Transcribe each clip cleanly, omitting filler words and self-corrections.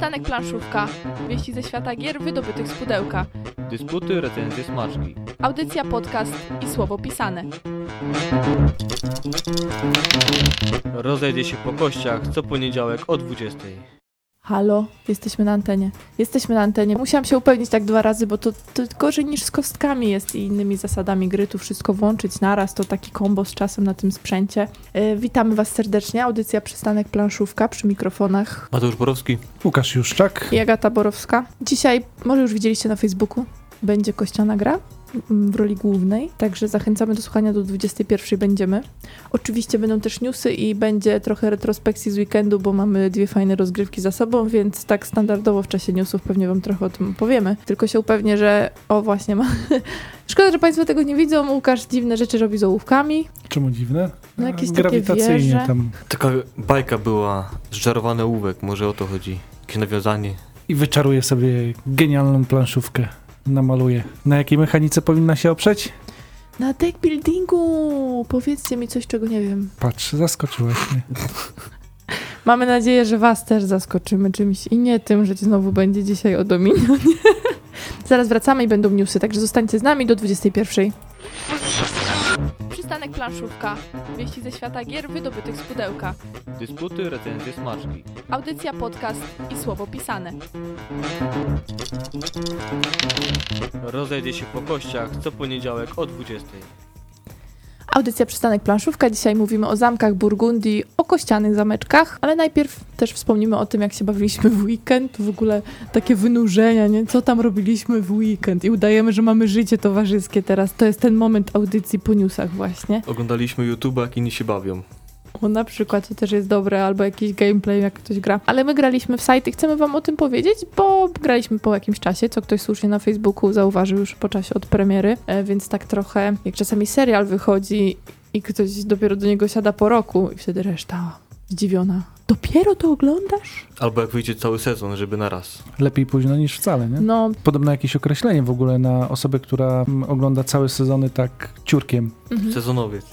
Przystanek Planszówka. Wieści ze świata gier wydobytych z pudełka. Dysputy, recenzje, smaczki. Audycja, podcast i słowo pisane. Rozejdzie się po kościach co poniedziałek o 20:00. Halo, jesteśmy na antenie. Musiałam się upewnić tak 2 razy, bo to gorzej niż z kostkami jest i innymi zasadami gry. Tu wszystko włączyć naraz, to taki kombo z czasem na tym sprzęcie. Witamy Was serdecznie. Audycja Przystanek Planszówka przy mikrofonach Mateusz Borowski. Łukasz Juszczak i Agata Borowska. Dzisiaj, może już widzieliście na Facebooku, będzie kościana gra w roli głównej, także zachęcamy do słuchania, do 21:00 będziemy. Oczywiście będą też newsy i będzie trochę retrospekcji z weekendu, bo mamy 2 fajne rozgrywki za sobą, więc tak standardowo w czasie newsów pewnie Wam trochę o tym opowiemy. Tylko się upewnię, że właśnie ma... Szkoda, że Państwo tego nie widzą. Łukasz dziwne rzeczy robi z ołówkami. Czemu dziwne? No jakieś takie grawitacyjnie wieże. tam. Taka bajka była, zczarowany ołówek, może o to chodzi. Jakieś nawiązanie. I wyczaruje sobie genialną planszówkę. Namaluje. Na jakiej mechanice powinna się oprzeć? Na deck buildingu! Powiedzcie mi coś, czego nie wiem. Patrz, zaskoczyłaś mnie. Mamy nadzieję, że Was też zaskoczymy czymś i nie tym, że znowu będzie dzisiaj o Dominionie. Zaraz wracamy i będą newsy, także zostańcie z nami do 21:00. Przystanek Planszówka. Wieści ze świata gier wydobytych z pudełka. Dysputy, recenzje, smaczki. Audycja, podcast i słowo pisane. Rozejdzie się po kościach co poniedziałek o 20:00. Audycja Przystanek Planszówka. Dzisiaj mówimy o zamkach Burgundii, o kościanych zameczkach, ale najpierw też wspomnimy o tym, jak się bawiliśmy w weekend. W ogóle takie wynurzenia, nie? Co tam robiliśmy w weekend i udajemy, że mamy życie towarzyskie teraz. To jest ten moment audycji po newsach właśnie. Oglądaliśmy YouTube'a, jak inni się bawią. O, na przykład, to też jest dobre, albo jakiś gameplay, jak ktoś gra. Ale my graliśmy w site i chcemy Wam o tym powiedzieć, bo graliśmy po jakimś czasie, co ktoś słusznie na Facebooku zauważył już po czasie od premiery, więc tak trochę, jak czasami serial wychodzi i ktoś dopiero do niego siada po roku i wtedy reszta zdziwiona. Dopiero to oglądasz? Albo jak wyjdzie cały sezon, żeby naraz. Lepiej późno niż wcale, nie? No, Podobno jakieś określenie w ogóle na osobę, która ogląda całe sezony tak ciurkiem. Sezonowiec.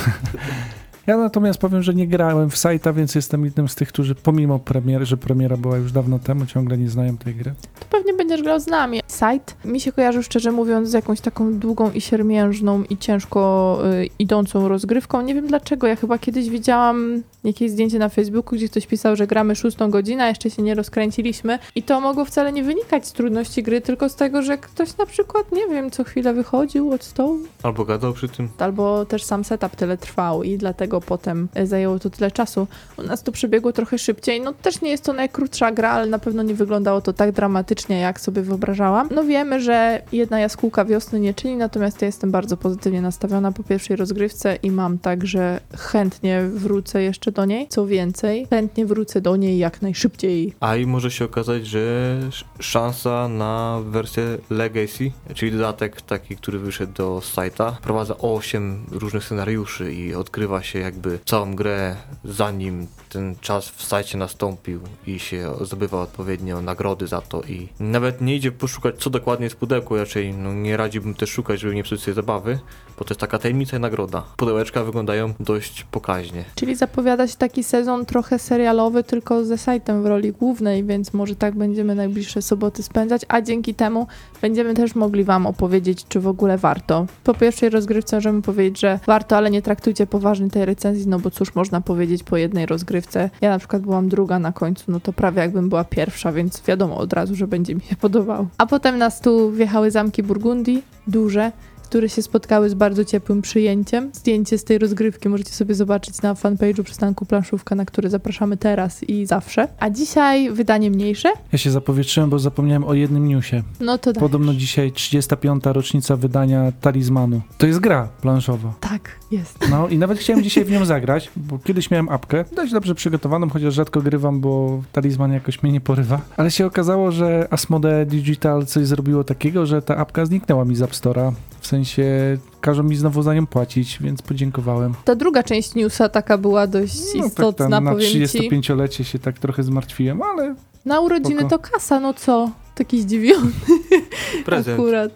Ja natomiast powiem, że nie grałem w Site'a, więc jestem jednym z tych, którzy pomimo premiery, że premiera była już dawno temu, ciągle nie znają tej gry. to pewnie będziesz grał z nami. Site mi się kojarzył, szczerze mówiąc, z jakąś taką długą i siermiężną i ciężko idącą rozgrywką. Nie wiem dlaczego, ja chyba kiedyś widziałam jakieś zdjęcie na Facebooku, gdzie ktoś pisał, że gramy 6 godzinę, a jeszcze się nie rozkręciliśmy i to mogło wcale nie wynikać z trudności gry, tylko z tego, że ktoś na przykład, nie wiem, co chwilę wychodził od stołu. Albo gadał przy tym. Albo też sam setup tyle trwał i dlatego potem zajęło to tyle czasu. U nas to przebiegło trochę szybciej. No też nie jest to najkrótsza gra, ale na pewno nie wyglądało to tak dramatycznie, jak sobie wyobrażałam. No wiemy, że jedna jaskółka wiosny nie czyni, natomiast ja jestem bardzo pozytywnie nastawiona po pierwszej rozgrywce i mam tak, że chętnie wrócę jeszcze do niej. Co więcej, chętnie wrócę do niej jak najszybciej. A i może się okazać, że szansa na wersję Legacy, czyli dodatek taki, który wyszedł do Site'a, wprowadza 8 różnych scenariuszy i odkrywa się jakby całą grę, zanim ten czas w Site'cie nastąpił i się zdobywa odpowiednio nagrody za to i nawet nie idzie poszukać, co dokładnie jest w pudełku, raczej nie radziłbym też szukać, żeby nie psuć sobie zabawy, bo to jest taka tajemnica i nagroda. Pudełeczka wyglądają dość pokaźnie. Czyli zapowiada się taki sezon trochę serialowy, tylko ze Site'em w roli głównej, więc może tak będziemy najbliższe soboty spędzać, a dzięki temu będziemy też mogli Wam opowiedzieć, czy w ogóle warto. Po pierwszej rozgrywce możemy powiedzieć, że warto, ale nie traktujcie poważnie tej recenzji, no bo cóż można powiedzieć po jednej rozgrywce. Ja na przykład byłam druga na końcu, no to prawie jakbym była pierwsza, więc wiadomo od razu, że będzie mi się podobało. A potem nas tu wjechały zamki Burgundii, duże, które się spotkały z bardzo ciepłym przyjęciem. Zdjęcie z tej rozgrywki możecie sobie zobaczyć na fanpage'u Przystanku Planszówka, na który zapraszamy teraz i zawsze. A dzisiaj wydanie mniejsze. Ja się zapowietrzyłem, bo zapomniałem o jednym newsie. No to Podobno dzisiaj 35. rocznica wydania Talizmanu. To jest gra planszowa. tak, jest. No i nawet chciałem dzisiaj w nią zagrać, bo kiedyś miałem apkę, dość dobrze przygotowaną, chociaż rzadko grywam, bo Talizman jakoś mnie nie porywa. Ale się okazało, że Asmodee Digital coś zrobiło takiego, że ta apka zniknęła mi z App Store'a. W sensie każą mi znowu za nią płacić, więc podziękowałem. Ta druga część newsa taka była dość istotna, tak tam na powiem ci. 35-lecie się tak trochę zmartwiłem, ale Na urodziny spoko. to kasa, no co? Taki zdziwiony Prezent. akurat.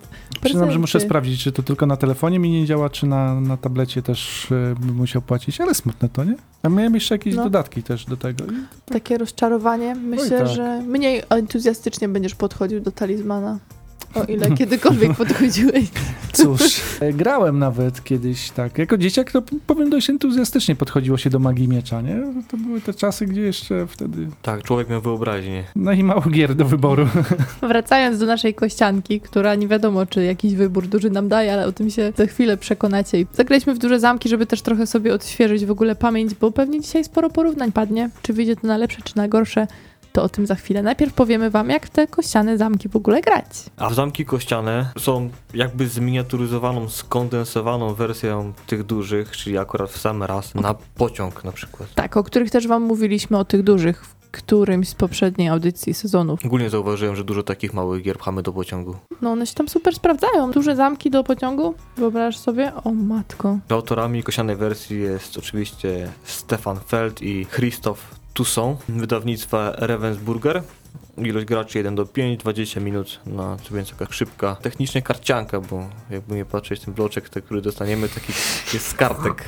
Przyznam, że muszę prezenty. sprawdzić, czy to tylko na telefonie mi nie działa, czy na tablecie też bym musiał płacić, ale smutne to, nie? A miałem jeszcze jakieś No. dodatki też do tego. I Takie rozczarowanie. Myślę, tak. że mniej entuzjastycznie będziesz podchodził do talizmana. O ile kiedykolwiek podchodziłeś. cóż, grałem nawet kiedyś tak. Jako dzieciak to powiem dość entuzjastycznie podchodziło się do magii miecza, nie? To były te czasy, gdzie jeszcze wtedy... Tak, człowiek miał wyobraźnię. No i mało gier do wyboru. Wracając do naszej kościanki, która nie wiadomo, czy jakiś wybór duży nam daje, ale o tym się za chwilę przekonacie. I zagraliśmy w duże zamki, żeby też trochę sobie odświeżyć w ogóle pamięć, bo pewnie dzisiaj sporo porównań padnie. Czy wyjdzie to na lepsze, czy na gorsze, to o tym za chwilę. Najpierw powiemy wam, jak w te kościane zamki w ogóle grać. A zamki kościane są jakby zminiaturyzowaną, skondensowaną wersją tych dużych, czyli akurat w sam raz na pociąg na przykład. Tak, o których też wam mówiliśmy, o tych dużych w którymś z poprzedniej audycji sezonów. Ogólnie zauważyłem, że dużo takich małych gier pchamy do pociągu. No one się tam super sprawdzają. Duże zamki do pociągu, wyobrażasz sobie? O matko. Autorami kościanej wersji jest oczywiście Stefan Feld i Christoph Toussaint, wydawnictwa Ravensburger. Ilość graczy 1-5, 20 minut, no co więc jakaś szybka. Technicznie karcianka, bo jakby nie patrzeć, ten bloczek, który dostaniemy, taki jest z kartek.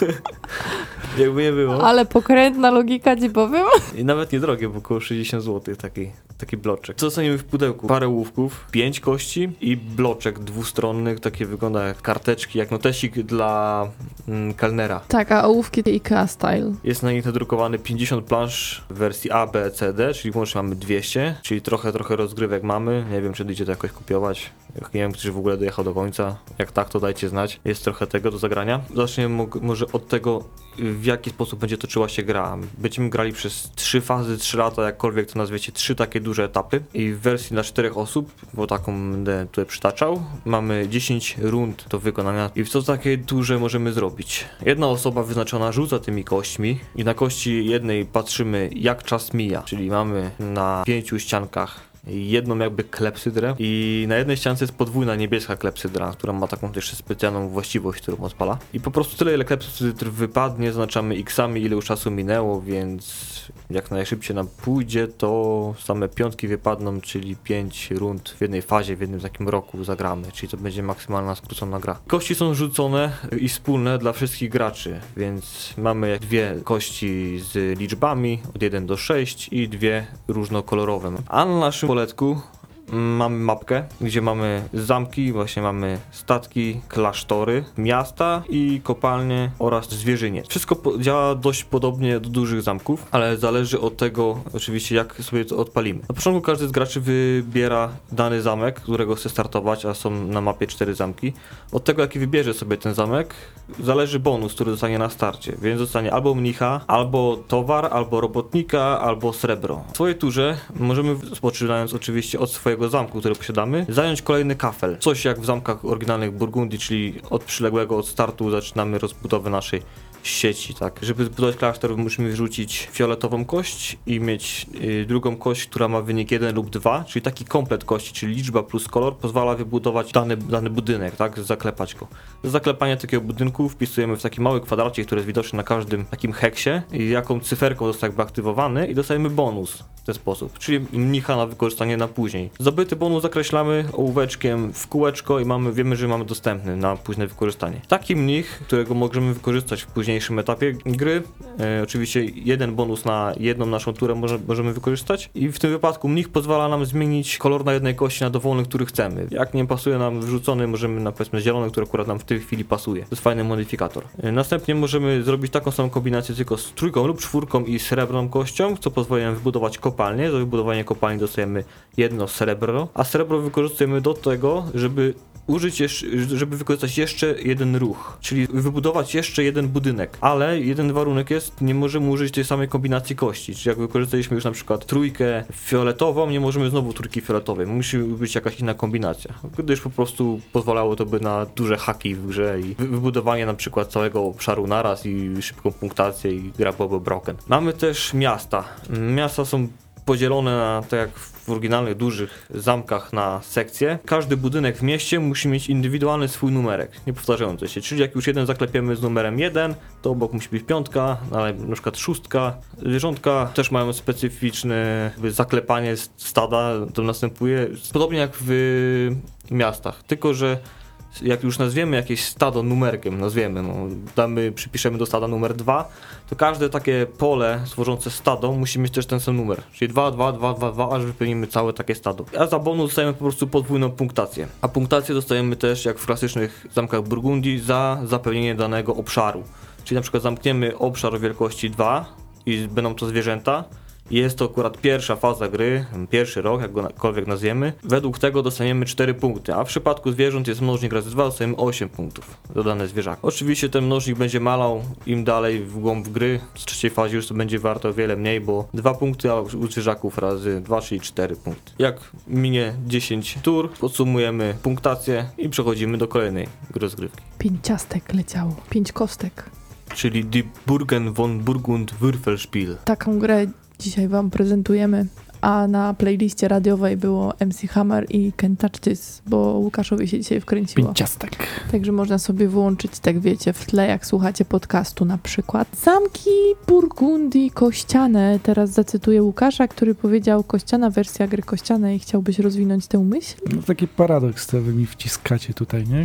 Jakby nie było. Ale pokrętna logika, ci powiem. I nawet niedrogie, bo około 60 zł taki bloczek. Co dostaniemy w pudełku? Parę ołówków, 5 kości i bloczek dwustronny, takie wygląda jak karteczki, jak notesik dla kelnera. Tak, a ołówki IKEA style. Jest na nich nadrukowany 50 plansz w wersji A, B, C, D, czyli łącznie mamy 200, czyli trochę rozgrywek mamy. Nie wiem, czy idzie to jakoś kopiować. Nie wiem, czy w ogóle dojechał do końca. Jak tak, to dajcie znać. Jest trochę tego do zagrania. Zaczniemy może od tego, w jaki sposób będzie toczyła się gra. Będziemy grali przez 3 fazy, 3 lata, jakkolwiek to nazwiecie, 3 takie duże etapy. I w wersji dla 4 osób, bo taką będę tutaj przytaczał, mamy 10 rund do wykonania. I co takie duże możemy zrobić? Jedna osoba wyznaczona rzuca tymi kośćmi i na kości jednej patrzymy, jak czas mija. Czyli mamy na 5 ściankach jedną jakby klepsydrę i na jednej ściance jest podwójna niebieska klepsydra, która ma taką też specjalną właściwość, którą odpala. I po prostu tyle, ile klepsydr wypadnie, zaznaczamy x-ami, ile już czasu minęło, więc jak najszybciej nam pójdzie, to same piątki wypadną, czyli 5 rund w jednej fazie, w jednym takim roku zagramy, czyli to będzie maksymalna skrócona gra. Kości są rzucone i wspólne dla wszystkich graczy, więc mamy 2 kości z liczbami od 1 do 6 i 2 różnokolorowe. A na naszym poletku mamy mapkę, gdzie mamy zamki, właśnie mamy statki, klasztory, miasta i kopalnie oraz zwierzyniec. Wszystko działa dość podobnie do dużych zamków, ale zależy od tego oczywiście, jak sobie to odpalimy. Na początku każdy z graczy wybiera dany zamek, którego chce startować, a są na mapie 4 zamki. Od tego, jaki wybierze sobie ten zamek, zależy bonus, który dostanie na starcie, więc dostanie albo mnicha, albo towar, albo robotnika, albo srebro. W swojej turze możemy, poczynając oczywiście od swojego zamku, który posiadamy, zająć kolejny kafel. Coś jak w zamkach oryginalnych Burgundii, czyli od przyległego od startu zaczynamy rozbudowę naszej sieci, tak. Żeby zbudować klasztor, musimy wrzucić fioletową kość i mieć drugą kość, która ma wynik 1 lub 2, czyli taki komplet kości, czyli liczba plus kolor pozwala wybudować dany budynek, tak, zaklepać go. Do zaklepania takiego budynku wpisujemy w taki mały kwadracie, który jest widoczny na każdym takim heksie i jaką cyferką został jakby aktywowany i dostajemy bonus w ten sposób, czyli mnicha na wykorzystanie na później. Zdobyty bonus zakreślamy ołóweczkiem w kółeczko i wiemy, że mamy dostępny na późne wykorzystanie. Taki mnich, którego możemy wykorzystać w późniejszym etapie gry, oczywiście jeden bonus na jedną naszą turę możemy wykorzystać i w tym wypadku mnich pozwala nam zmienić kolor na jednej kości na dowolny, który chcemy. Jak nie pasuje nam wrzucony, możemy na powiedzmy zielony, który akurat nam w tej chwili pasuje. To jest fajny modyfikator. Następnie możemy zrobić taką samą kombinację tylko z 3 lub 4 i srebrną kością, co pozwoli nam wybudować kopalnię. Za wybudowanie kopalni dostajemy jedno srebro, a srebro wykorzystujemy do tego, żeby wykorzystać jeszcze jeden ruch, czyli wybudować jeszcze jeden budynek, ale jeden warunek jest, nie możemy użyć tej samej kombinacji kości, czyli jak wykorzystaliśmy już na przykład 3 fioletową, nie możemy znowu 3 fioletowej, musi być jakaś inna kombinacja, gdyż po prostu pozwalało to by na duże haki w grze i wybudowanie na przykład całego obszaru naraz i szybką punktację i gra byłaby broken. Mamy też miasta. Miasta są podzielone na, tak jak w oryginalnych dużych zamkach, na sekcje. Każdy budynek w mieście musi mieć indywidualny swój numerek, nie powtarzający się. Czyli jak już jeden zaklepiemy z numerem 1, to obok musi być 5, ale na przykład 6. Zwierzątka też mają specyficzne zaklepanie stada, to następuje podobnie jak w miastach, tylko że jak już nazwiemy jakieś stado numerkiem, przypiszemy do stada numer 2, to każde takie pole tworzące stado musi mieć też ten sam numer. Czyli 2, 2, 2, 2, 2, aż wypełnimy całe takie stado. A za bonus dostajemy po prostu podwójną punktację. A punktację dostajemy też, jak w klasycznych zamkach Burgundii, za zapełnienie danego obszaru. Czyli na przykład zamkniemy obszar wielkości 2 i będą to zwierzęta. Jest to akurat pierwsza faza gry, pierwszy rok, jak gokolwiek nazwiemy. Według tego dostaniemy 4 punkty, a w przypadku zwierząt jest mnożnik razy 2, dostajemy 8 punktów za dane zwierzaki. Oczywiście ten mnożnik będzie malał im dalej w głąb gry. W trzeciej fazie już to będzie warto o wiele mniej, bo 2 punkty, a u zwierzaków razy 2, czyli 4 punkty. Jak minie 10 tur, podsumujemy punktację i przechodzimy do kolejnej rozgrywki. 5 ciastek leciało, 5 kostek. Czyli Die Burgen von Burgund Würfelspiel. Taką grę dzisiaj wam prezentujemy, a na playliście radiowej było MC Hammer i Can't Touch This, bo Łukaszowi się dzisiaj wkręciło. 5 ciastek. Także można sobie wyłączyć, tak wiecie, w tle, jak słuchacie podcastu na przykład. Zamki Burgundii kościane. Teraz zacytuję Łukasza, który powiedział: kościana wersja gry kościanej. Chciałbyś rozwinąć tę myśl? No taki paradoks, co wy mi wciskacie tutaj, nie?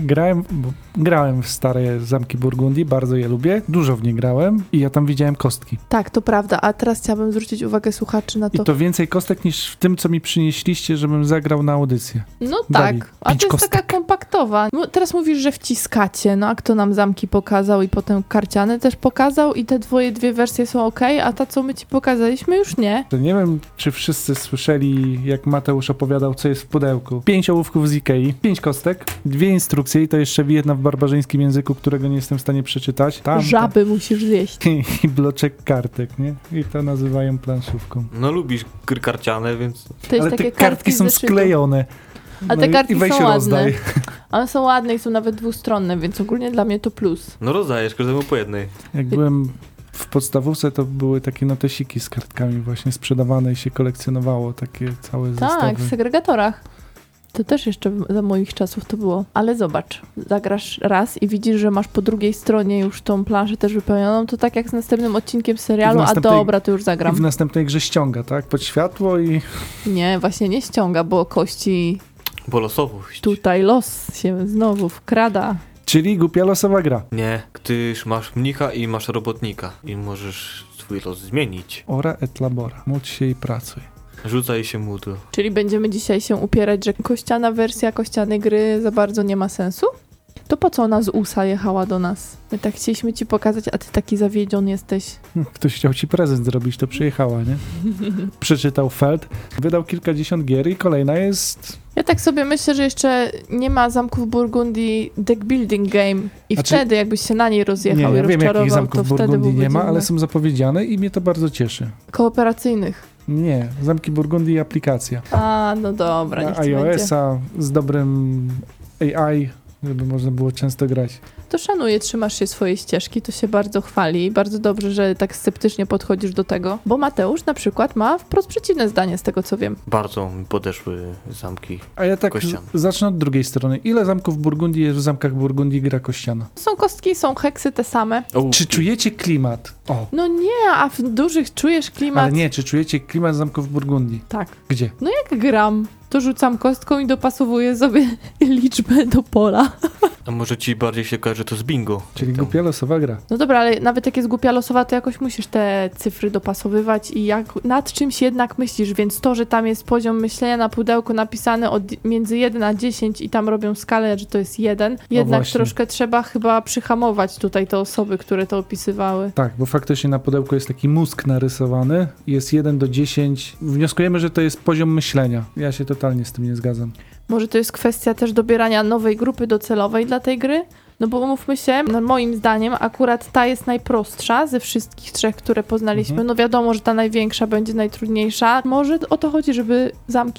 Grałem w stare zamki Burgundii, bardzo je lubię, dużo w nie grałem i ja tam widziałem kostki. Tak, to prawda, a teraz chciałabym zwrócić uwagę słuchaczy na to. I to więcej kostek niż w tym, co mi przynieśliście, żebym zagrał na audycję. No Dali tak, a to 5 jest kostek. taka kompaktowa. No, teraz mówisz, że wciskacie, no a kto nam zamki pokazał i potem karciane też pokazał i te dwie wersje są okej, a ta, co my ci pokazaliśmy, już nie. To nie wiem, czy wszyscy słyszeli, jak Mateusz opowiadał, co jest w pudełku. 5 ołówków z Ikei, 5 kostek, 2 instrukcje i to jeszcze jedna w barbarzyńskim języku, którego nie jestem w stanie przeczytać. Żaby musisz zjeść. I bloczek kartek, nie? I to nazywają planszówką. No lubisz gry karciane, więc... To jest Ale takie te kartki są z zeszytu. sklejone. A te kartki i weź są ładne. rozdaj. One są ładne i są nawet dwustronne, więc ogólnie dla mnie to plus. No rozdajesz każdemu po jednej. Jak byłem w podstawówce, to były takie notesiki z kartkami właśnie sprzedawane i się kolekcjonowało takie całe Tak, zestawy. w segregatorach. To też jeszcze za moich czasów to było. Ale zobacz, zagrasz raz i widzisz, że masz po drugiej stronie już tą planszę też wypełnioną, to tak jak z następnym odcinkiem serialu, a dobra, to już I zagram. w następnej grze ściąga, tak? Pod światło i... Nie, właśnie nie ściąga, bo kości Bo losowość. tutaj los się znowu wkrada. Czyli głupia losowa gra. Nie, gdyż masz mnicha i masz robotnika i możesz swój los zmienić. Ora et labora. Módl się i pracuj. Rzucaj się módl. Czyli będziemy dzisiaj się upierać, że kościana wersja kościanej gry za bardzo nie ma sensu? To po co ona z USA jechała do nas? My tak chcieliśmy ci pokazać, a ty taki zawiedziony jesteś. Ktoś chciał ci prezent zrobić, to przyjechała, nie? Przeczytał Feld, wydał kilkadziesiąt gier i kolejna jest... Ja tak sobie myślę, że jeszcze nie ma zamków Burgundii deck building game i Znaczy- wtedy jakbyś się na niej rozjechał Nie, i ja wiem, rozczarował, jakich zamków to w wtedy Burgundii byłby nie ma, ale dziwne. są zapowiedziane i mnie to bardzo cieszy. Kooperacyjnych. Nie, zamki Burgundii i aplikacja. A, no dobra, niech Na ci będzie. iOS-a z dobrym AI, żeby można było często grać. To szanuję, trzymasz się swojej ścieżki, to się bardzo chwali. Bardzo dobrze, że tak sceptycznie podchodzisz do tego, bo Mateusz na przykład ma wprost przeciwne zdanie z tego, co wiem. Bardzo mi podeszły zamki. A ja tak Kościane. zacznę od drugiej strony. Ile zamków Burgundii jest w zamkach Burgundii gra kościana? Są kostki, są heksy te same. Czy czujecie klimat? O, No nie, a w dużych czujesz klimat. ale nie, czy czujecie klimat zamków Burgundii? Tak. Gdzie? No jak gram, to rzucam kostką i dopasowuję sobie liczbę do pola. A może ci bardziej się kojarzy to z bingo? Czyli Tam. głupia losowa gra. No dobra, ale nawet jak jest głupia losowa, to jakoś musisz te cyfry dopasowywać i jak nad czymś jednak myślisz, więc to, że tam jest poziom myślenia na pudełku napisany między 1 a 10 i tam robią skalę, że to jest 1, jednak właśnie. troszkę trzeba chyba przyhamować tutaj te osoby, które to opisywały. Tak, bo faktycznie na pudełku jest taki mózg narysowany, jest 1 do 10. Wnioskujemy, że to jest poziom myślenia. Ja się totalnie z tym nie zgadzam. Może to jest kwestia też dobierania nowej grupy docelowej dla tej gry? No bo umówmy się, no moim zdaniem akurat ta jest najprostsza ze wszystkich trzech, które poznaliśmy. Mhm. No wiadomo, że ta największa będzie najtrudniejsza. Może o to chodzi, żeby zamki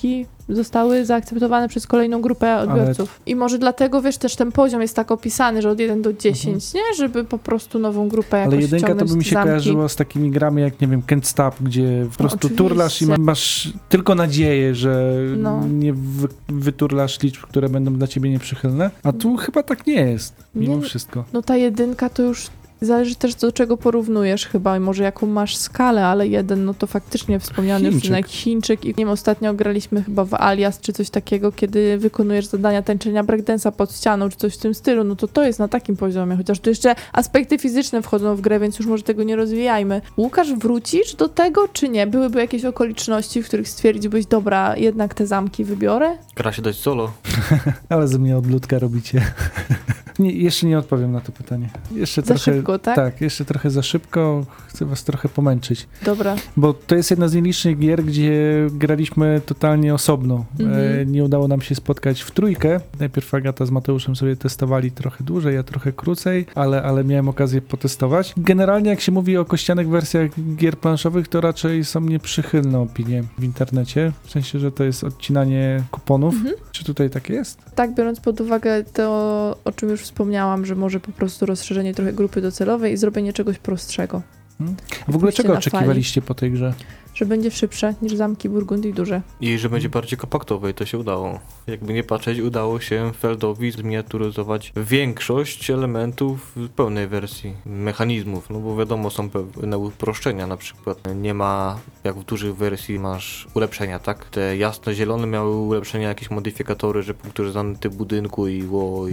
zostały zaakceptowane przez kolejną grupę odbiorców. I może dlatego, wiesz, też ten poziom jest tak opisany, że od 1 do 10, nie? Żeby po prostu nową grupę jakoś Ale jedynka to wciągnąć by mi w się zamki. kojarzyło z takimi grami jak, nie wiem, Can't Stop, gdzie po prostu oczywiście. turlasz i masz tylko nadzieję, że nie wyturlasz liczb, które będą dla ciebie nieprzychylne. A tu chyba tak nie jest, mimo wszystko. No ta jedynka to już zależy też do czego porównujesz chyba i może jaką masz skalę, ale jeden, no to faktycznie wspomniany już jak Chińczyk i nie wiem, ostatnio graliśmy chyba w Alias czy coś takiego, kiedy wykonujesz zadania tańczenia breakdance'a pod ścianą czy coś w tym stylu, no to jest na takim poziomie, chociaż tu jeszcze aspekty fizyczne wchodzą w grę, więc już może tego nie rozwijajmy. Łukasz, wrócisz do tego czy nie? Byłyby jakieś okoliczności, w których stwierdziłbyś, dobra, jednak te zamki wybiorę? Gra się dać solo. Ale ze mnie odludka robicie. Nie, jeszcze nie odpowiem na to pytanie. Jeszcze Za trochę, szybko, tak? Tak, jeszcze trochę za szybko. Chcę was trochę pomęczyć. Dobra. Bo to jest jedna z nielicznych gier, gdzie graliśmy totalnie osobno. Nie udało nam się spotkać w trójkę. Najpierw Agata z Mateuszem sobie testowali trochę dłużej, ja trochę krócej, ale miałem okazję potestować. Generalnie jak się mówi o kościanych wersjach gier planszowych, to raczej są nieprzychylne opinie w internecie. W sensie, że to jest odcinanie kuponów. Czy tutaj tak jest? Tak, biorąc pod uwagę to, o czym już wspomniałam, że może po prostu rozszerzenie trochę grupy docelowej i zrobienie czegoś prostszego. W ogóle Pójście czego na oczekiwaliście po tej grze? Że będzie szybsze niż zamki Burgundii duże. I że będzie bardziej kompaktowe i to się udało. Jakby nie patrzeć, udało się Feldowi zminiaturyzować większość elementów w pełnej wersji mechanizmów, no bo wiadomo, są pewne uproszczenia, na przykład nie ma, jak w dużych wersji masz ulepszenia, tak? Te jasno-zielone miały ulepszenia, jakieś modyfikatory, że punkturyzowany typ budynku i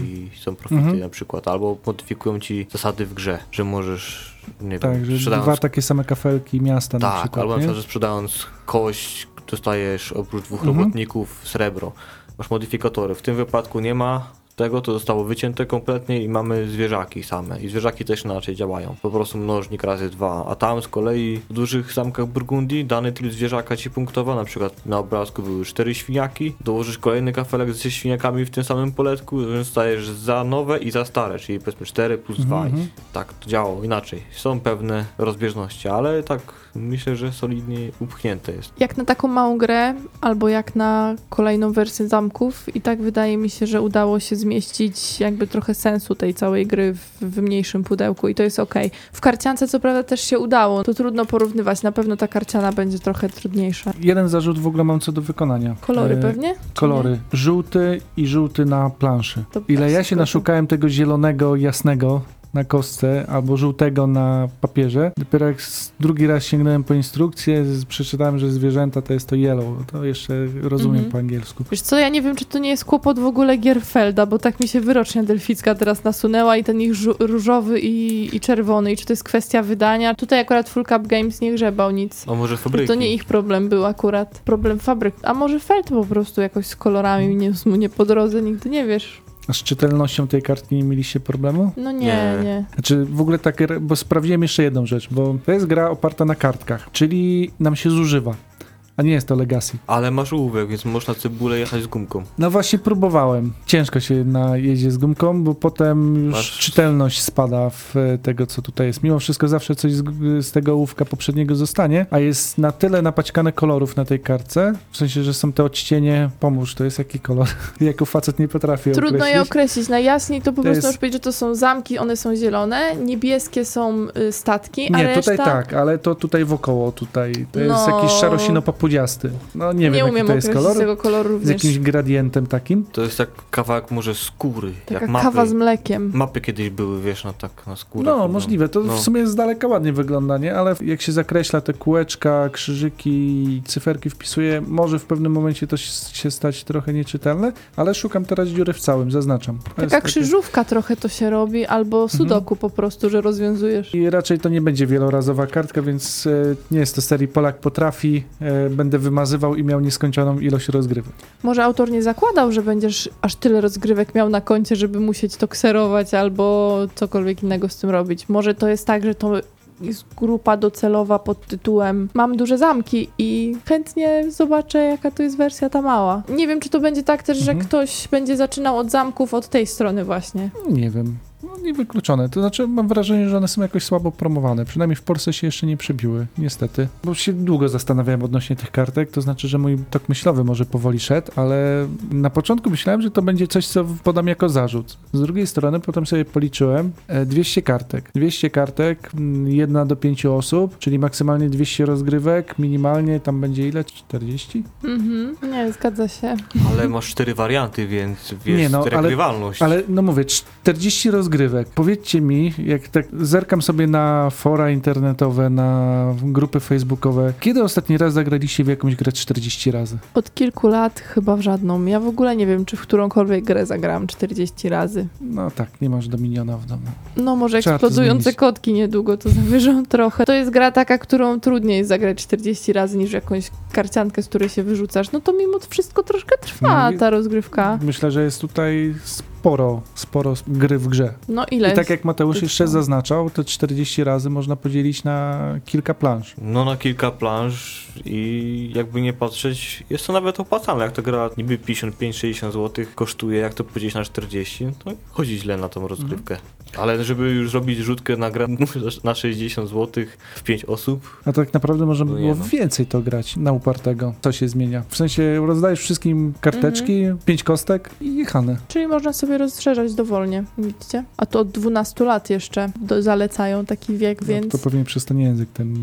są profity na przykład, albo modyfikują ci zasady w grze, że możesz, nie tak, wiem, że dwa takie same kafelki miasta na przykład. albo na nie? przykład, że sprzedając kość dostajesz oprócz 2 robotników srebro. Masz modyfikatory. W tym wypadku nie ma tego, to zostało wycięte kompletnie i mamy zwierzaki same. I zwierzaki też inaczej działają. Po prostu mnożnik razy 2. A tam z kolei w dużych zamkach Burgundii dany typ zwierzaka ci punktowa. Na przykład na obrazku były 4 świniaki. Dołożysz kolejny kafelek ze świniakami w tym samym poletku, więc stajesz za nowe i za stare, czyli powiedzmy 4 plus 2. Tak to działało inaczej. Są pewne rozbieżności, ale tak myślę, że solidnie upchnięte jest. Jak na taką małą grę, albo jak na kolejną wersję zamków, i tak wydaje mi się, że udało się zmieścić jakby trochę sensu tej całej gry w mniejszym pudełku i to jest okej. W karciance co prawda też się udało, to trudno porównywać, na pewno ta karciana będzie trochę trudniejsza. Jeden zarzut w ogóle mam co do wykonania. Kolory pewnie? Kolory. Żółty i żółty na planszy. To Ile ja super. się naszukałem tego zielonego, jasnego na kostce, albo żółtego na papierze. Dopiero jak drugi raz sięgnąłem po instrukcję, przeczytałem, że zwierzęta to jest to yellow. To jeszcze rozumiem po angielsku. Wiesz co, ja nie wiem, czy to nie jest kłopot w ogóle gier Felda, bo tak mi się wyrocznia delficka teraz nasunęła i ten ich różowy i czerwony, i czy to jest kwestia wydania. Tutaj akurat Full Cup Games nie grzebał nic. A może fabryki? To nie ich problem był akurat. Problem fabryk. A może Feld po prostu jakoś z kolorami nie po drodze, nigdy nie wiesz. A z czytelnością tej kartki nie mieliście problemu? No nie. Znaczy w ogóle tak, bo sprawdziłem jeszcze jedną rzecz, bo to jest gra oparta na kartkach, czyli nam się zużywa. A nie jest to Legacy. Ale masz ołówek, więc można cebulę jechać z gumką. No właśnie próbowałem. Ciężko się jeździ z gumką, bo potem już czytelność spada w tego, co tutaj jest. Mimo wszystko zawsze coś z tego ołówka poprzedniego zostanie, a jest na tyle napaćkane kolorów na tej kartce, w sensie, że są te odcienie, pomóż, to jest jaki kolor? Jako facet nie potrafię Trudno określić. je określić. Najjaśniej to po prostu jest... możesz powiedzieć, że to są zamki, one są zielone, niebieskie są statki, a Nie, reszta... tutaj tak, ale to tutaj wokoło, tutaj. To jest jakiś szarosino-papudziasty. No nie wiem, jaki to jest kolor. tego koloru Z również. jakimś gradientem takim. To jest tak kawałek może skóry. Taka jak mapy. kawa z mlekiem. Mapy kiedyś były, wiesz, na skórach. No, możliwe. To no. w sumie z daleka ładnie wygląda, nie? Ale jak się zakreśla te kółeczka, krzyżyki, cyferki wpisuje, może w pewnym momencie to się stać trochę nieczytelne, ale szukam teraz dziury w całym, zaznaczam. To Taka krzyżówka trochę to się robi, albo sudoku po prostu, że rozwiązujesz. I raczej to nie będzie wielorazowa kartka, więc nie jest to serii Polak potrafi, będę wymazywał i miał nieskończoną ilość rozgrywek. Może autor nie zakładał, że będziesz aż tyle rozgrywek miał na koncie, żeby musieć to kserować albo cokolwiek innego z tym robić. Może to jest tak, że to jest grupa docelowa pod tytułem Mam duże zamki i chętnie zobaczę, jaka to jest wersja ta mała. Nie wiem, czy to będzie tak też, że ktoś będzie zaczynał od zamków od tej strony właśnie. Nie wiem. No, niewykluczone. To znaczy mam wrażenie, że one są jakoś słabo promowane. Przynajmniej w Polsce się jeszcze nie przebiły, niestety. Bo się długo zastanawiałem odnośnie tych kartek, to znaczy, że mój tok myślowy może powoli szedł, ale na początku myślałem, że to będzie coś, co podam jako zarzut. Z drugiej strony potem sobie policzyłem 200 kartek. 200 kartek, 1 do 5 osób, czyli maksymalnie 200 rozgrywek, minimalnie tam będzie ile? 40? Nie, zgadza się. Ale masz 4 warianty, więc jest Nie, no, regrywalność. Ale no mówię, 40 rozgrywek. Powiedzcie mi, jak tak zerkam sobie na fora internetowe, na grupy facebookowe, kiedy ostatni raz zagraliście w jakąś grę 40 razy? Od kilku lat chyba w żadną. Ja w ogóle nie wiem, czy w którąkolwiek grę zagrałam 40 razy. No tak, nie masz Dominiona w domu. No może Trzeba to eksplodujące zmienić. kotki niedługo to zawyżą trochę. To jest gra taka, którą trudniej jest zagrać 40 razy niż jakąś karciankę, z której się wyrzucasz. No to mimo wszystko troszkę trwa No i- ta rozgrywka. Myślę, że jest tutaj sporo gry w grze. No ile I tak jest? jak Mateusz tych jeszcze stron? zaznaczał, te 40 razy można podzielić na kilka plansz. No na kilka planż i jakby nie patrzeć, jest to nawet opłacalne. Jak to gra niby 55-60 zł kosztuje, jak to podzielić na 40, to chodzi źle na tą rozgrywkę. Ale żeby już zrobić rzutkę na grę na 60 zł w 5 osób, A tak naprawdę można by No nie było no. więcej to grać na upartego. Co się zmienia? W sensie rozdajesz wszystkim karteczki, 5 kostek i jechane. Czyli można sobie rozszerzać dowolnie, widzicie? A to od 12 lat jeszcze zalecają taki wiek, No, więc... to pewnie przez ten język ten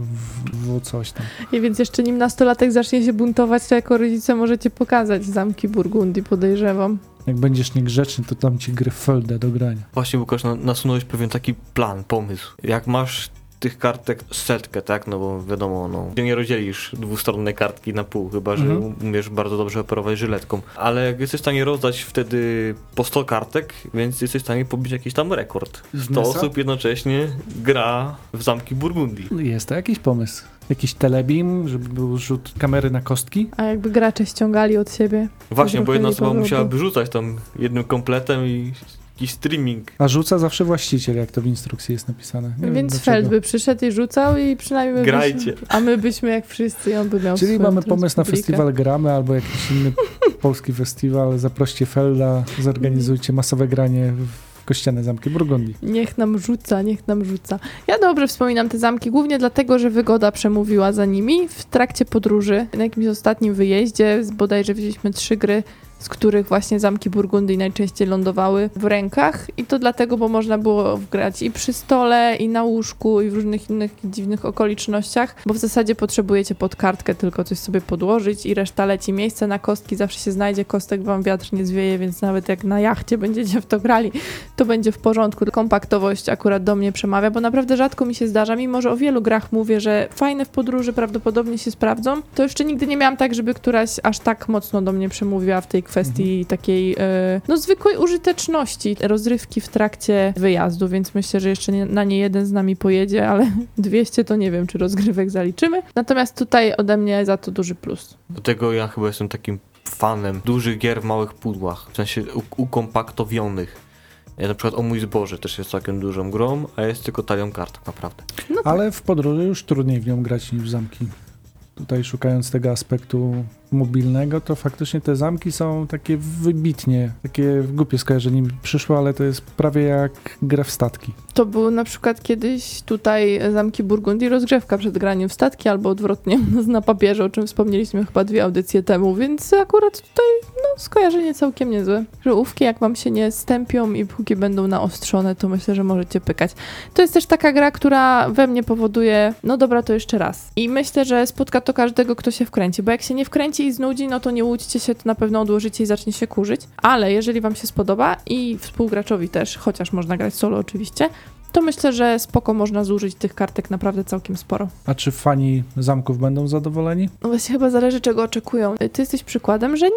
w coś tam. I więc jeszcze nim nastolatek zacznie się buntować, to jako rodzice możecie pokazać zamki Burgundii, podejrzewam. Jak będziesz niegrzeczny, to tam ci Gryffeldę do grania. właśnie Łukasz nasunąłeś pewien taki plan, pomysł. Jak masz tych kartek setkę, tak? No bo wiadomo, no, ty nie rozdzielisz dwustronnej kartki na pół, chyba że umiesz bardzo dobrze operować żyletką. Ale jak jesteś w stanie rozdać wtedy po 100 kartek, więc jesteś w stanie pobić jakiś tam rekord. 100 Nesa? osób jednocześnie gra w zamki Burgundii. Jest to jakiś pomysł. Jakiś telebim, żeby był rzut kamery na kostki. A jakby gracze ściągali od siebie. Właśnie, bo trochę jedna nie osoba powrotu. musiałaby rzucać tam jednym kompletem i jakiś streaming. A rzuca zawsze właściciel, jak to w instrukcji jest napisane. Nie wiem Więc dlaczego. Feld by przyszedł i rzucał i przynajmniej my Grajcie. a my byśmy jak wszyscy i on by miał Czyli swoją mamy pomysł na transpublikę. festiwal Gramy albo jakiś inny polski festiwal. Zaproście Felda, zorganizujcie masowe granie w kościane zamki Burgundii. Niech nam rzuca, niech nam rzuca. Ja dobrze wspominam te zamki, głównie dlatego, że wygoda przemówiła za nimi w trakcie podróży. Na jakimś ostatnim wyjeździe bodajże wzięliśmy 3 gry, z których właśnie zamki Burgundii najczęściej lądowały w rękach i to dlatego, bo można było grać i przy stole, i na łóżku, i w różnych innych dziwnych okolicznościach, bo w zasadzie potrzebujecie pod kartkę tylko coś sobie podłożyć i reszta leci. Miejsce na kostki zawsze się znajdzie, kostek wam wiatr nie zwieje, więc nawet jak na jachcie będziecie w to grali, to będzie w porządku. Kompaktowość akurat do mnie przemawia, bo naprawdę rzadko mi się zdarza, mimo że o wielu grach mówię, że fajne w podróży prawdopodobnie się sprawdzą, to jeszcze nigdy nie miałam tak, żeby któraś aż tak mocno do mnie przemówiła w tej kwestii takiej zwykłej użyteczności rozrywki w trakcie wyjazdu, więc myślę, że jeszcze na nie jeden z nami pojedzie, ale 200 to nie wiem, czy rozgrywek zaliczymy. Natomiast tutaj ode mnie za to duży plus. Do tego ja chyba jestem takim fanem dużych gier w małych pudłach, w sensie ukompaktowionych. Ja na przykład O mój zboże też jest całkiem dużą grą, a jest tylko talią kart tak naprawdę. Ale w podróży już trudniej w nią grać niż w zamki. Tutaj szukając tego aspektu mobilnego, to faktycznie te zamki są takie wybitnie, takie głupie skojarzenie mi przyszło, ale to jest prawie jak gra w statki. To był na przykład kiedyś tutaj zamki Burgundii rozgrzewka przed graniem w statki, albo odwrotnie na papierze, o czym wspomnieliśmy chyba 2 audycje temu, więc akurat tutaj skojarzenie całkiem niezłe. Że ołówki jak wam się nie stępią i póki będą naostrzone, to myślę, że możecie pykać. To jest też taka gra, która we mnie powoduje, no dobra, to jeszcze raz. I myślę, że spotka to każdego, kto się wkręci, bo jak się nie wkręci i znudzi, no to nie łudźcie się, to na pewno odłożycie i zacznie się kurzyć. Ale jeżeli wam się spodoba i współgraczowi też, chociaż można grać solo oczywiście, to myślę, że spoko można zużyć tych kartek naprawdę całkiem sporo. A czy fani zamków będą zadowoleni? No właśnie chyba zależy, czego oczekują. Ty jesteś przykładem, że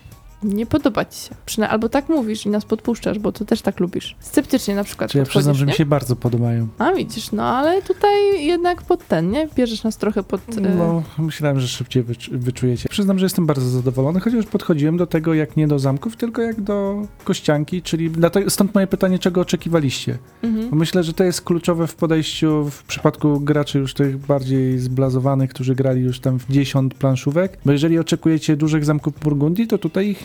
nie podoba ci się. Albo tak mówisz i nas podpuszczasz, bo to też tak lubisz. Sceptycznie na przykład Czy ja przyznam, podchodzisz, że mi nie? się bardzo podobają. A widzisz, no ale tutaj jednak pod ten, nie? Bierzesz nas trochę pod... No, myślałem, że szybciej wyczujecie. Przyznam, że jestem bardzo zadowolony, chociaż podchodziłem do tego jak nie do zamków, tylko jak do kościanki, czyli stąd moje pytanie, czego oczekiwaliście? Bo myślę, że to jest kluczowe w podejściu w przypadku graczy już tych bardziej zblazowanych, którzy grali już tam w 10 planszówek, bo jeżeli oczekujecie dużych zamków Burgundii, to tutaj ich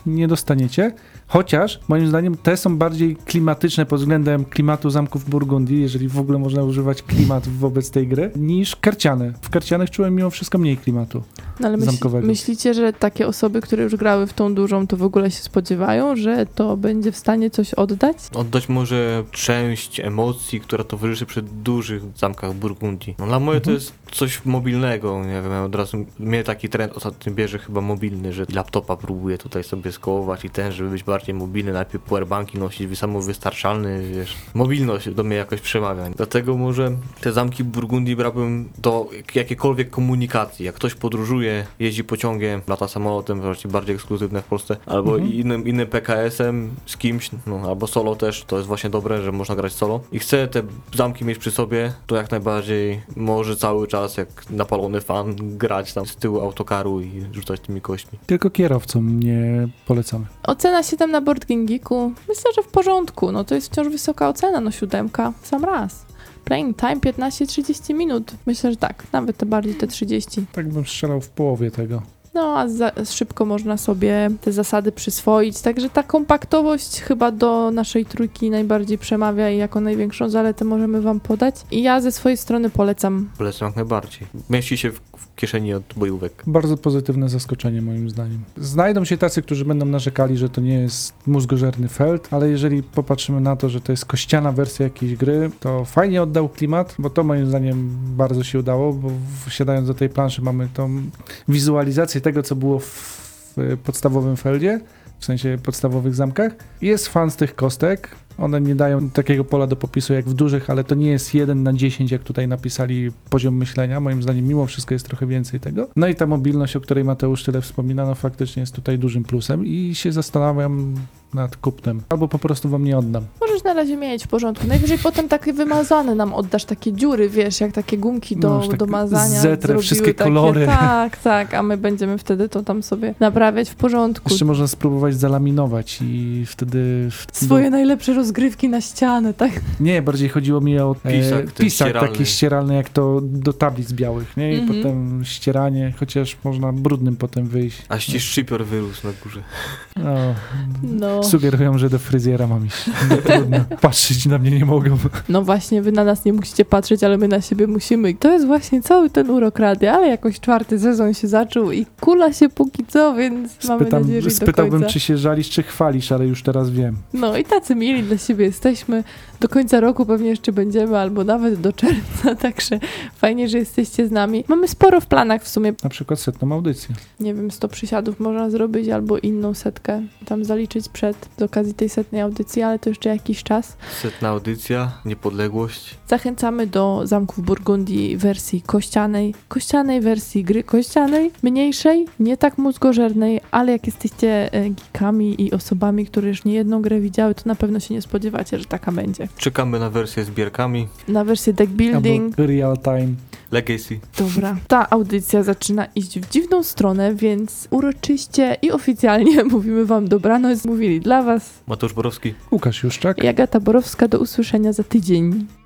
nie dostaniecie, chociaż moim zdaniem te są bardziej klimatyczne pod względem klimatu zamków Burgundii, jeżeli w ogóle można używać klimat wobec tej gry, niż karciane. W karcianych czułem mimo wszystko mniej klimatu No ale zamkowego. myślicie, że takie osoby, które już grały w tą dużą, to w ogóle się spodziewają, że to będzie w stanie coś oddać? Oddać może część emocji, która towarzyszy przy dużych zamkach Burgundii. No dla mnie to jest coś mobilnego, nie wiem, ja od razu mnie taki trend ostatnio bierze chyba mobilny, że laptopa próbuję tutaj sobie skołować i ten, żeby być bardziej mobilny, najpierw powerbanki nosić, samowystarczalny, wiesz. Mobilność do mnie jakoś przemawia. Dlatego może te zamki Burgundii brałbym do jakiejkolwiek komunikacji. Jak ktoś podróżuje, jeździ pociągiem, lata samolotem, właśnie bardziej ekskluzywne w Polsce, albo innym PKS-em z kimś, no, albo solo też, to jest właśnie dobre, że można grać solo. I chcę te zamki mieć przy sobie, to jak najbardziej może cały czas jak napalony fan grać tam z tyłu autokaru i rzucać tymi kośćmi. Tylko kierowcom nie polecamy. Ocena 7 na Board Game Geeku. Myślę, że w porządku. No to jest wciąż wysoka ocena, no 7 sam raz. Playing time 15-30 minut. Myślę, że tak. Nawet te bardziej te 30. Tak bym strzelał w połowie tego. No, a szybko można sobie te zasady przyswoić, także ta kompaktowość chyba do naszej trójki najbardziej przemawia i jako największą zaletę możemy wam podać. I ja ze swojej strony polecam. Polecam jak najbardziej. Mieści się w kieszeni od bojówek. Bardzo pozytywne zaskoczenie moim zdaniem. Znajdą się tacy, którzy będą narzekali, że to nie jest mózgożerny felt, ale jeżeli popatrzymy na to, że to jest kościana wersja jakiejś gry, to fajnie oddał klimat, bo to moim zdaniem bardzo się udało, bo wsiadając do tej planszy mamy tą wizualizację tego, co było w podstawowym feldzie, w sensie podstawowych zamkach. Jest fan z tych kostek. One nie dają takiego pola do popisu jak w dużych, ale to nie jest 1/10, jak tutaj napisali poziom myślenia. Moim zdaniem mimo wszystko jest trochę więcej tego. No i ta mobilność, o której Mateusz tyle wspomina, no faktycznie jest tutaj dużym plusem i się zastanawiam nad kupnem. Albo po prostu wam nie oddam. Możesz na razie mieć w porządku. Najwyżej potem takie wymazane nam oddasz, takie dziury, wiesz, jak takie gumki do, już tak do mazania. zetrę zrobiły wszystkie takie, kolory. Tak, a my będziemy wtedy to tam sobie naprawiać w porządku. Jeszcze można spróbować zalaminować i wtedy... Swoje najlepsze rozgrywki na ścianę, tak? Nie, bardziej chodziło mi o Pisak taki ścieralny jak to do tablic białych, nie? I potem ścieranie, chociaż można brudnym potem wyjść. A szczypior wyrósł na górze. No. Sugerują, że do fryzjera mam iść. No, trudno. Patrzeć na mnie nie mogą. No właśnie, wy na nas nie musicie patrzeć, ale my na siebie musimy. I to jest właśnie cały ten urok Radia, ale jakoś 4. sezon się zaczął i kula się póki co, więc mamy nadzieję, że i do Spytałbym, końca. czy się żalisz, czy chwalisz, ale już teraz wiem. No i tacy mili dla siebie jesteśmy. Do końca roku pewnie jeszcze będziemy, albo nawet do czerwca, także fajnie, że jesteście z nami. Mamy sporo w planach w sumie. Na przykład 100. audycję. Nie wiem, 100 przysiadów można zrobić, albo inną setkę tam zaliczyć z okazji tej 100. audycji, ale to jeszcze jakiś czas. 100. audycja, niepodległość. Zachęcamy do zamków Burgundii wersji kościanej wersji gry kościanej, mniejszej, nie tak mózgożernej, ale jak jesteście geekami i osobami, które już niejedną grę widziały, to na pewno się nie spodziewacie, że taka będzie. Czekamy na wersję z bierkami. Na wersję deck building. Albo real time. Legacy. Dobra, ta audycja zaczyna iść w dziwną stronę, więc uroczyście i oficjalnie mówimy wam dobranoc. Mówili dla was Mateusz Borowski. Łukasz Juszczak. i Agata Borowska. Do usłyszenia za tydzień.